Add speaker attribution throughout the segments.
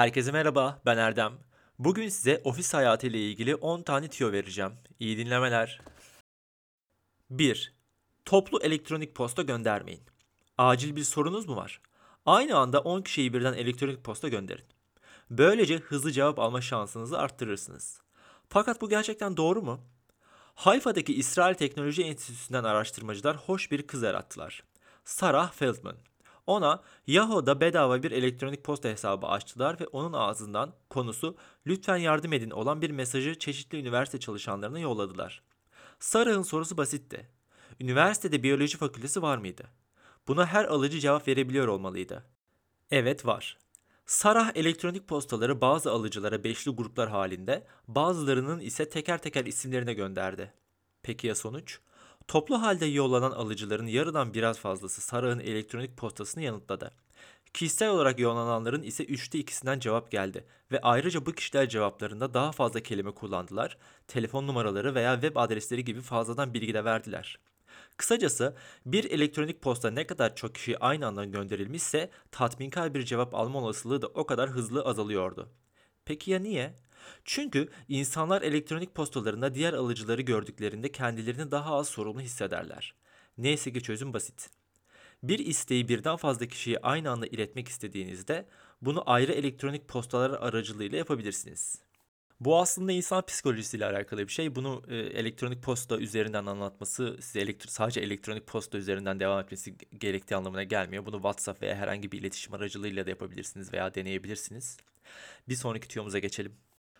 Speaker 1: Herkese merhaba, ben Erdem. Bugün size ofis hayatı ile ilgili 10 tane tüyo vereceğim. İyi dinlemeler. 1. Toplu elektronik posta göndermeyin. Acil bir sorunuz mu var? Aynı anda 10 kişiyi birden elektronik posta gönderin. Böylece hızlı cevap alma şansınızı arttırırsınız. Fakat bu gerçekten doğru mu? Hayfa'daki İsrail Teknoloji Enstitüsü'nden araştırmacılar hoş bir kız yarattılar. Sarah Feldman. Ona Yahoo'da bedava bir elektronik posta hesabı açtılar ve onun ağzından konusu "lütfen yardım edin" olan bir mesajı çeşitli üniversite çalışanlarına yolladılar. Sarah'ın sorusu basitti. Üniversitede biyoloji fakültesi var mıydı? Buna her alıcı cevap verebiliyor olmalıydı. Evet, var. Sarah elektronik postaları bazı alıcılara beşli gruplar halinde, bazılarının ise teker teker isimlerine gönderdi. Peki ya sonuç? Toplu halde yollanan alıcıların yarıdan biraz fazlası Sarah'ın elektronik postasını yanıtladı. Kişisel olarak yollananların ise 2/3'ünden cevap geldi ve ayrıca bu kişiler cevaplarında daha fazla kelime kullandılar, telefon numaraları veya web adresleri gibi fazladan bilgi de verdiler. Kısacası bir elektronik posta ne kadar çok kişiye aynı anda gönderilmişse tatminkar bir cevap alma olasılığı da o kadar hızlı azalıyordu. Peki ya niye? Çünkü insanlar elektronik postalarında diğer alıcıları gördüklerinde kendilerini daha az sorumlu hissederler. Neyse ki çözüm basit. Bir isteği birden fazla kişiye aynı anda iletmek istediğinizde bunu ayrı elektronik postalar aracılığıyla yapabilirsiniz. Bu aslında insan psikolojisiyle alakalı bir şey. Bunu elektronik posta üzerinden anlatması size sadece elektronik posta üzerinden devam etmesi gerektiği anlamına gelmiyor. Bunu WhatsApp veya herhangi bir iletişim aracılığıyla da yapabilirsiniz veya deneyebilirsiniz. Bir sonraki tüyomuza geçelim.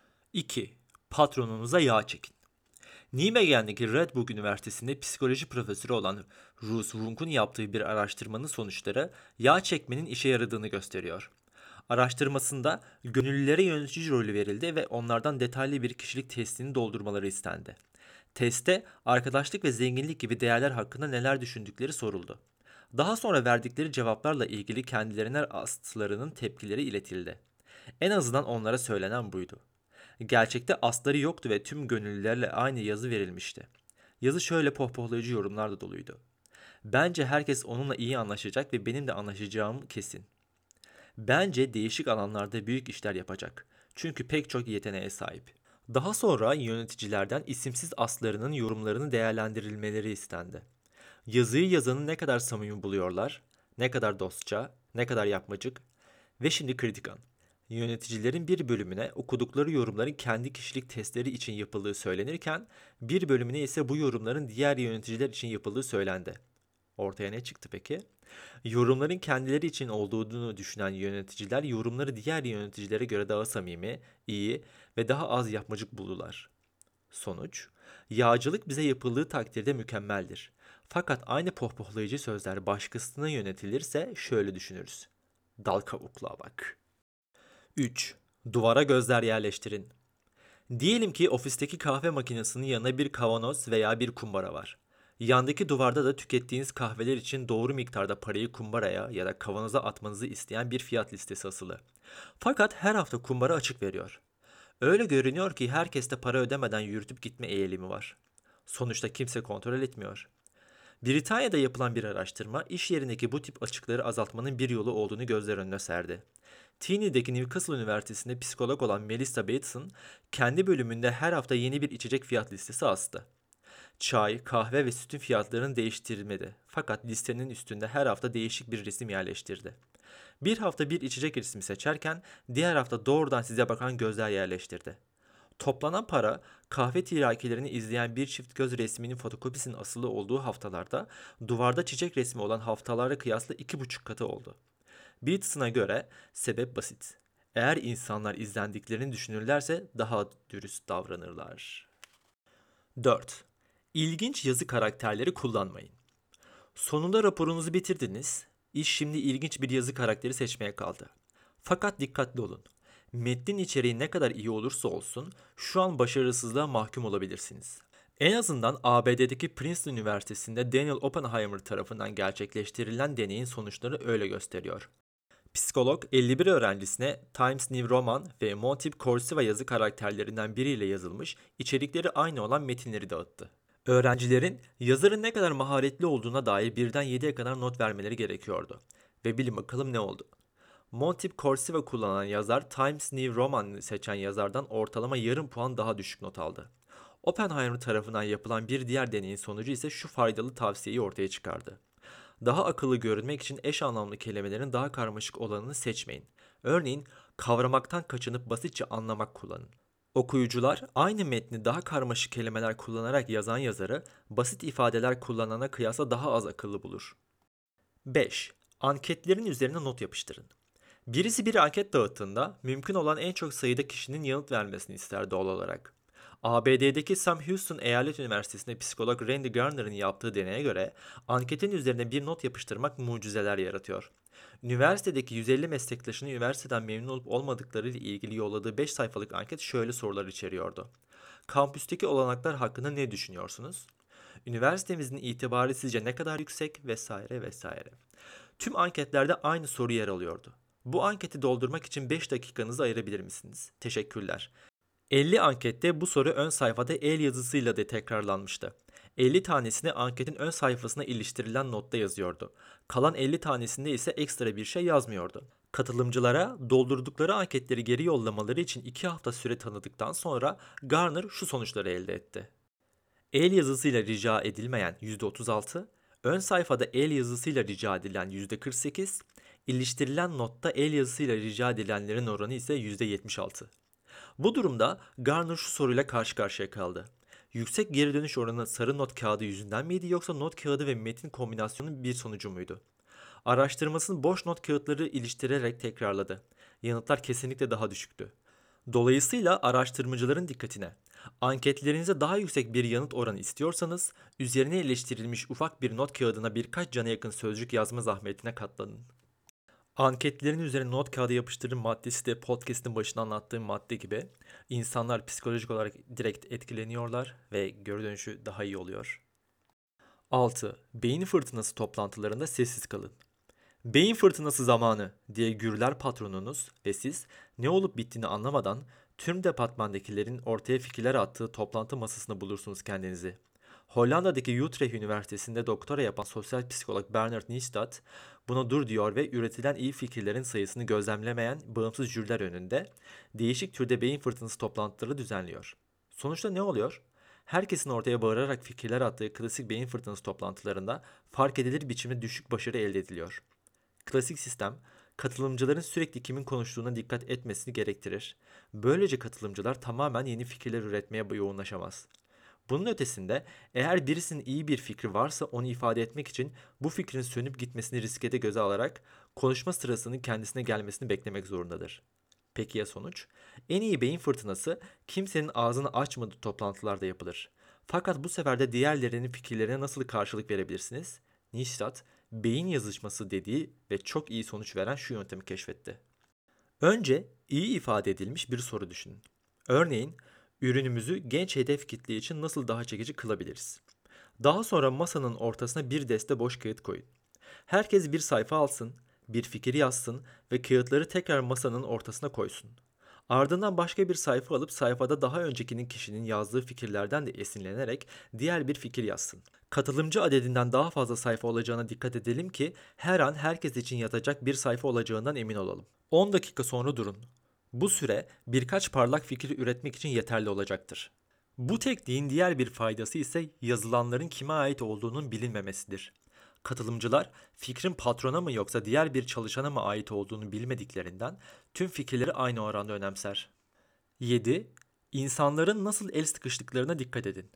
Speaker 1: 2. Patronunuza yağ çekin. Nijmegen'deki Red Book Üniversitesi'nde psikoloji profesörü olan Ruth Wunk'un yaptığı bir araştırmanın sonuçları yağ çekmenin işe yaradığını gösteriyor. Araştırmasında gönüllülere yönetici rolü verildi ve onlardan detaylı bir kişilik testini doldurmaları istendi. Testte arkadaşlık ve zenginlik gibi değerler hakkında neler düşündükleri soruldu. Daha sonra verdikleri cevaplarla ilgili kendilerine aslarının tepkileri iletildi. En azından onlara söylenen buydu. Gerçekte asları yoktu ve tüm gönüllülerle aynı yazı verilmişti. Yazı şöyle pohpohlayıcı yorumlarla doluydu. Bence herkes onunla iyi anlaşacak ve benim de anlaşacağım kesin. Bence değişik alanlarda büyük işler yapacak. Çünkü pek çok yeteneğe sahip. Daha sonra yöneticilerden isimsiz aslarının yorumlarını değerlendirilmeleri istendi. Yazıyı yazanı ne kadar samimi buluyorlar, ne kadar dostça, ne kadar yapmacık ve şimdi kritik an. Yöneticilerin bir bölümüne okudukları yorumların kendi kişilik testleri için yapıldığı söylenirken, bir bölümüne ise bu yorumların diğer yöneticiler için yapıldığı söylendi. Ortaya ne çıktı peki? Yorumların kendileri için olduğunu düşünen yöneticiler yorumları diğer yöneticilere göre daha samimi, iyi ve daha az yapmacık buldular. Sonuç, yağcılık bize yapıldığı takdirde mükemmeldir. Fakat aynı pohpohlayıcı sözler başkasına yönetilirse şöyle düşünürüz. Dal kavukluğa bak. 3. Duvara gözler yerleştirin. Diyelim ki ofisteki kahve makinesinin yanına bir kavanoz veya bir kumbara var. Yandaki duvarda da tükettiğiniz kahveler için doğru miktarda parayı kumbaraya ya da kavanoza atmanızı isteyen bir fiyat listesi asılı. Fakat her hafta kumbara açık veriyor. Öyle görünüyor ki herkeste para ödemeden yürütüp gitme eğilimi var. Sonuçta kimse kontrol etmiyor. Britanya'da yapılan bir araştırma iş yerindeki bu tip açıkları azaltmanın bir yolu olduğunu gözler önüne serdi. Teeney'deki Newcastle Üniversitesi'nde psikolog olan Melissa Bateson kendi bölümünde her hafta yeni bir içecek fiyat listesi astı. Çay, kahve ve sütün fiyatlarını değiştirmedi. Fakat listenin üstünde her hafta değişik bir resim yerleştirdi. Bir hafta bir içecek resmi seçerken diğer hafta doğrudan size bakan gözler yerleştirdi. Toplanan para kahve tiryakilerini izleyen bir çift göz resminin fotokopisinin asılı olduğu haftalarda duvarda çiçek resmi olan haftalara kıyasla 2,5 katı oldu. Beatson'a göre sebep basit. Eğer insanlar izlendiklerini düşünürlerse daha dürüst davranırlar. 4. İlginç yazı karakterleri kullanmayın. Sonunda raporunuzu bitirdiniz. İş şimdi ilginç bir yazı karakteri seçmeye kaldı. Fakat dikkatli olun. Metnin içeriği ne kadar iyi olursa olsun şu an başarısızlığa mahkum olabilirsiniz. En azından ABD'deki Princeton Üniversitesi'nde Daniel Oppenheimer tarafından gerçekleştirilen deneyin sonuçları öyle gösteriyor. Psikolog 51 öğrencisine Times New Roman ve Montip Corsiva yazı karakterlerinden biriyle yazılmış, içerikleri aynı olan metinleri dağıttı. Öğrencilerin yazarın ne kadar maharetli olduğuna dair birden 7'ye kadar not vermeleri gerekiyordu. Ve bilin bakalım ne oldu? Montip Corsiva kullanan yazar Times New Roman'ı seçen yazardan ortalama yarım puan daha düşük not aldı. Oppenheimer tarafından yapılan bir diğer deneyin sonucu ise şu faydalı tavsiyeyi ortaya çıkardı. Daha akıllı görünmek için eş anlamlı kelimelerin daha karmaşık olanını seçmeyin. Örneğin kavramaktan kaçınıp basitçe anlamak kullanın. Okuyucular aynı metni daha karmaşık kelimeler kullanarak yazan yazarı basit ifadeler kullanana kıyasla daha az akıllı bulur. 5. Anketlerin üzerine not yapıştırın. Birisi bir anket dağıttığında mümkün olan en çok sayıda kişinin yanıt vermesini ister doğal olarak. ABD'deki Sam Houston Eyalet Üniversitesi'nde psikolog Randy Garner'ın yaptığı deneye göre anketin üzerine bir not yapıştırmak mucizeler yaratıyor. Üniversitedeki 150 meslektaşının üniversiteden memnun olup olmadıkları ile ilgili yolladığı 5 sayfalık anket şöyle sorular içeriyordu. Kampüsteki olanaklar hakkında ne düşünüyorsunuz? Üniversitemizin itibarı sizce ne kadar yüksek vesaire vesaire. Tüm anketlerde aynı soru yer alıyordu. Bu anketi doldurmak için 5 dakikanızı ayırabilir misiniz? Teşekkürler. 50 ankette bu soru ön sayfada el yazısıyla da tekrarlanmıştı. 50 tanesini anketin ön sayfasına iliştirilen notta yazıyordu. Kalan 50 tanesinde ise ekstra bir şey yazmıyordu. Katılımcılara doldurdukları anketleri geri yollamaları için 2 hafta süre tanıdıktan sonra Garner şu sonuçları elde etti. El yazısıyla rica edilmeyen %36, ön sayfada el yazısıyla rica edilen %48, iliştirilen notta el yazısıyla rica edilenlerin oranı ise %76. Bu durumda Garner şu soruyla karşı karşıya kaldı. Yüksek geri dönüş oranı sarı not kağıdı yüzünden miydi yoksa not kağıdı ve metin kombinasyonunun bir sonucu muydu? Araştırmasını boş not kağıtları iliştirerek tekrarladı. Yanıtlar kesinlikle daha düşüktü. Dolayısıyla araştırmacıların dikkatine, anketlerinize daha yüksek bir yanıt oranı istiyorsanız, üzerine eleştirilmiş ufak bir not kağıdına birkaç cana yakın sözcük yazma zahmetine katlanın. Anketlerin üzerine not kağıdı yapıştırın maddesi de podcast'in başında anlattığım madde gibi insanlar psikolojik olarak direkt etkileniyorlar ve geri dönüşü daha iyi oluyor. 6. Beyin fırtınası toplantılarında sessiz kalın. Beyin fırtınası zamanı diye gürler patronunuz ve siz ne olup bittiğini anlamadan tüm departmandakilerin ortaya fikirler attığı toplantı masasında bulursunuz kendinizi. Hollanda'daki Utrecht Üniversitesi'nde doktora yapan sosyal psikolog Bernard Nieuwstadt buna dur diyor ve üretilen iyi fikirlerin sayısını gözlemlemeyen bağımsız jüriler önünde değişik türde beyin fırtınası toplantıları düzenliyor. Sonuçta ne oluyor? Herkesin ortaya bağırarak fikirler attığı klasik beyin fırtınası toplantılarında fark edilir biçimde düşük başarı elde ediliyor. Klasik sistem, katılımcıların sürekli kimin konuştuğuna dikkat etmesini gerektirir. Böylece katılımcılar tamamen yeni fikirler üretmeye yoğunlaşamaz. Bunun ötesinde eğer birisinin iyi bir fikri varsa onu ifade etmek için bu fikrin sönüp gitmesini riskede göze alarak konuşma sırasının kendisine gelmesini beklemek zorundadır. Peki ya sonuç? En iyi beyin fırtınası kimsenin ağzını açmadığı toplantılarda yapılır. Fakat bu sefer de diğerlerinin fikirlerine nasıl karşılık verebilirsiniz? Neistat, beyin yazışması dediği ve çok iyi sonuç veren şu yöntemi keşfetti. Önce iyi ifade edilmiş bir soru düşünün. Örneğin, ürünümüzü genç hedef kitle için nasıl daha çekici kılabiliriz? Daha sonra masanın ortasına bir deste boş kağıt koyun. Herkes bir sayfa alsın, bir fikir yazsın ve kağıtları tekrar masanın ortasına koysun. Ardından başka bir sayfa alıp sayfada daha öncekinin kişinin yazdığı fikirlerden de esinlenerek diğer bir fikir yazsın. Katılımcı adedinden daha fazla sayfa olacağına dikkat edelim ki her an herkes için yatacak bir sayfa olacağından emin olalım. 10 dakika sonra durun. Bu süre birkaç parlak fikir üretmek için yeterli olacaktır. Bu tekniğin diğer bir faydası ise yazılanların kime ait olduğunun bilinmemesidir. Katılımcılar fikrin patrona mı yoksa diğer bir çalışana mı ait olduğunu bilmediklerinden tüm fikirleri aynı oranda önemser. 7. İnsanların nasıl el sıkıştıklarına dikkat edin.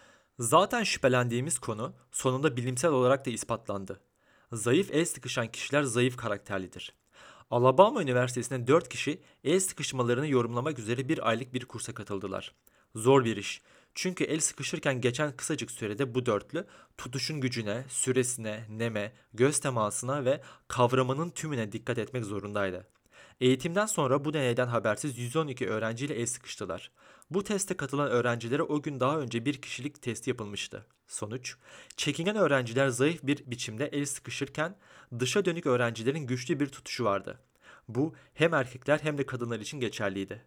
Speaker 1: Zaten şüphelendiğimiz konu sonunda bilimsel olarak da ispatlandı. Zayıf el sıkışan kişiler zayıf karakterlidir. Alabama Üniversitesi'nde 4 kişi el sıkışmalarını yorumlamak üzere bir aylık bir kursa katıldılar. Zor bir iş. Çünkü el sıkışırken geçen kısacık sürede bu dörtlü tutuşun gücüne, süresine, neme, göz temasına ve kavramanın tümüne dikkat etmek zorundaydı. Eğitimden sonra bu deneyden habersiz 112 öğrenciyle el sıkıştılar. Bu teste katılan öğrencilere o gün daha önce bir kişilik testi yapılmıştı. Sonuç, çekingen öğrenciler zayıf bir biçimde el sıkışırken dışa dönük öğrencilerin güçlü bir tutuşu vardı. Bu hem erkekler hem de kadınlar için geçerliydi.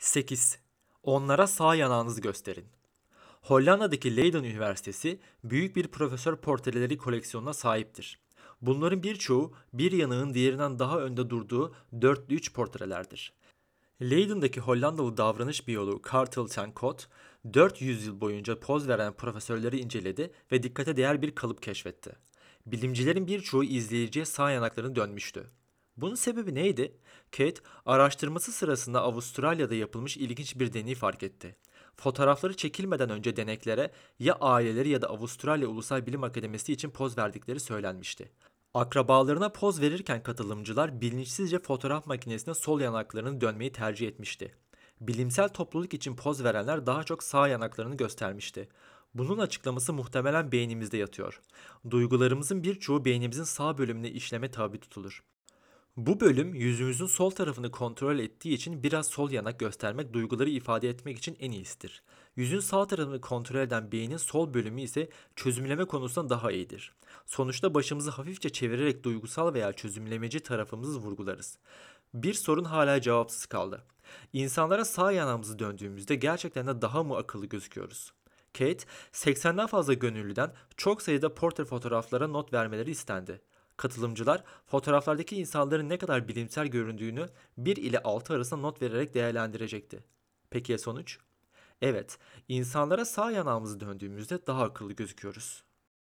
Speaker 1: 8. Onlara sağ yanağınızı gösterin. Hollanda'daki Leiden Üniversitesi büyük bir profesör portreleri koleksiyonuna sahiptir. Bunların birçoğu bir yanığın diğerinden daha önde durduğu dörtlü üç portrelerdir. Leiden'daki Hollandalı davranış biyoloğu Cartel ten Cot, 400 yıl boyunca poz veren profesörleri inceledi ve dikkate değer bir kalıp keşfetti. Bilimcilerin birçoğu izleyiciye sağ yanaklarını dönmüştü. Bunun sebebi neydi? Kate, araştırması sırasında Avustralya'da yapılmış ilginç bir deney fark etti. Fotoğrafları çekilmeden önce deneklere ya aileleri ya da Avustralya Ulusal Bilim Akademisi için poz verdikleri söylenmişti. Akrabalarına poz verirken katılımcılar bilinçsizce fotoğraf makinesine sol yanaklarını dönmeyi tercih etmişti. Bilimsel topluluk için poz verenler daha çok sağ yanaklarını göstermişti. Bunun açıklaması muhtemelen beynimizde yatıyor. Duygularımızın birçoğu beynimizin sağ bölümüne işleme tabi tutulur. Bu bölüm yüzümüzün sol tarafını kontrol ettiği için biraz sol yanak göstermek duyguları ifade etmek için en iyisidir. Yüzün sağ tarafını kontrol eden beynin sol bölümü ise çözümleme konusunda daha iyidir. Sonuçta başımızı hafifçe çevirerek duygusal veya çözümlemeci tarafımızı vurgularız. Bir sorun hala cevapsız kaldı. İnsanlara sağ yanağımızı döndüğümüzde gerçekten de daha mı akıllı gözüküyoruz? Kate, 80'den fazla gönüllüden çok sayıda portre fotoğraflara not vermeleri istendi. Katılımcılar fotoğraflardaki insanların ne kadar bilimsel göründüğünü 1 ile 6 arasında not vererek değerlendirecekti. Peki ya sonuç? Evet, insanlara sağ yanağımızı döndüğümüzde daha akıllı gözüküyoruz.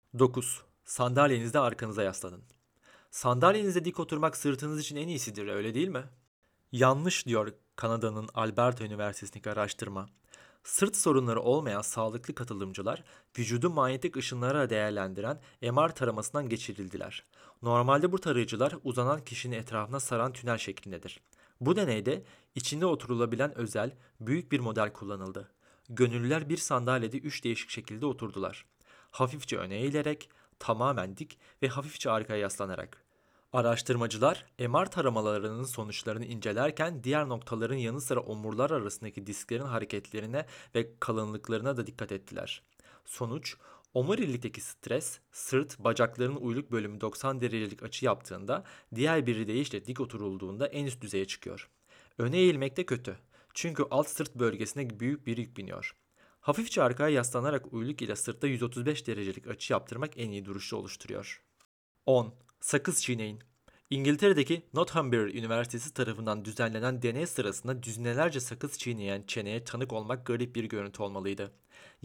Speaker 1: 9. Sandalyenizde arkanıza yaslanın. Sandalyenizde dik oturmak sırtınız için en iyisidir, öyle değil mi? Yanlış diyor Kanada'nın Alberta Üniversitesi'ndeki araştırma. Sırt sorunları olmayan sağlıklı katılımcılar vücudu manyetik ışınlara değerlendiren MR taramasından geçirildiler. Normalde bu tarayıcılar uzanan kişinin etrafına saran tünel şeklindedir. Bu deneyde içinde oturulabilen özel, büyük bir model kullanıldı. Gönüllüler bir sandalyede 3 değişik şekilde oturdular. Hafifçe öne eğilerek, tamamen dik ve hafifçe arkaya yaslanarak. Araştırmacılar MR taramalarının sonuçlarını incelerken diğer noktaların yanı sıra omurlar arasındaki disklerin hareketlerine ve kalınlıklarına da dikkat ettiler. Sonuç, omurilikteki stres, sırt, bacakların uyluk bölümü 90 derecelik açı yaptığında, diğer bir deyişle dik oturulduğunda en üst düzeye çıkıyor. Öne eğilmek de kötü. Çünkü alt sırt bölgesine büyük bir yük biniyor. Hafifçe arkaya yaslanarak uyluk ile sırtta 135 derecelik açı yaptırmak en iyi duruşu oluşturuyor. 10. Sakız çiğneyin. İngiltere'deki Northumbria Üniversitesi tarafından düzenlenen deney sırasında düzinelerce sakız çiğneyen çeneye tanık olmak garip bir görüntü olmalıydı.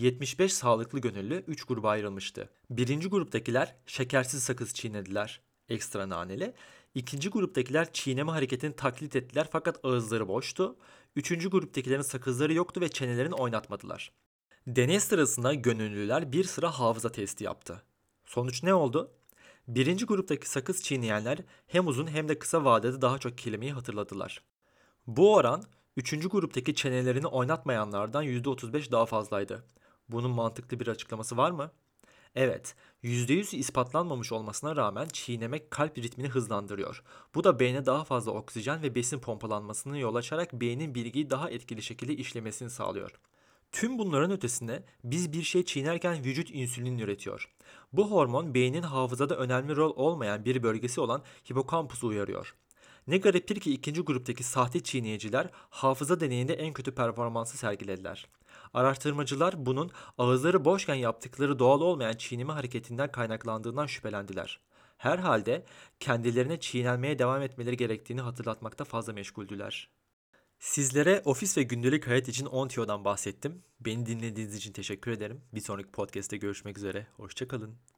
Speaker 1: 75 sağlıklı gönüllü 3 gruba ayrılmıştı. Birinci gruptakiler şekersiz sakız çiğnediler, ekstra naneli. İkinci gruptakiler çiğneme hareketini taklit ettiler fakat ağızları boştu. Üçüncü gruptakilerin sakızları yoktu ve çenelerini oynatmadılar. Deney sırasında gönüllüler bir sıra hafıza testi yaptı. Sonuç ne oldu? Birinci gruptaki sakız çiğneyenler hem uzun hem de kısa vadede daha çok kelimeyi hatırladılar. Bu oran üçüncü gruptaki çenelerini oynatmayanlardan %35 daha fazlaydı. Bunun mantıklı bir açıklaması var mı? Evet, %100 ispatlanmamış olmasına rağmen çiğnemek kalp ritmini hızlandırıyor. Bu da beyne daha fazla oksijen ve besin pompalanmasına yol açarak beynin bilgiyi daha etkili şekilde işlemesini sağlıyor. Tüm bunların ötesinde biz bir şey çiğnerken vücut insülin üretiyor. Bu hormon beynin hafızada önemli rol olmayan bir bölgesi olan hipokampusu uyarıyor. Ne gariptir ki ikinci gruptaki sahte çiğneyiciler hafıza deneyinde en kötü performansı sergilediler. Araştırmacılar bunun ağızları boşken yaptıkları doğal olmayan çiğneme hareketinden kaynaklandığından şüphelendiler. Herhalde kendilerine çiğnenmeye devam etmeleri gerektiğini hatırlatmakta fazla meşguldüler. Sizlere ofis ve gündelik hayat için Ontio'dan bahsettim. Beni dinlediğiniz için teşekkür ederim. Bir sonraki podcast'te görüşmek üzere. Hoşça kalın.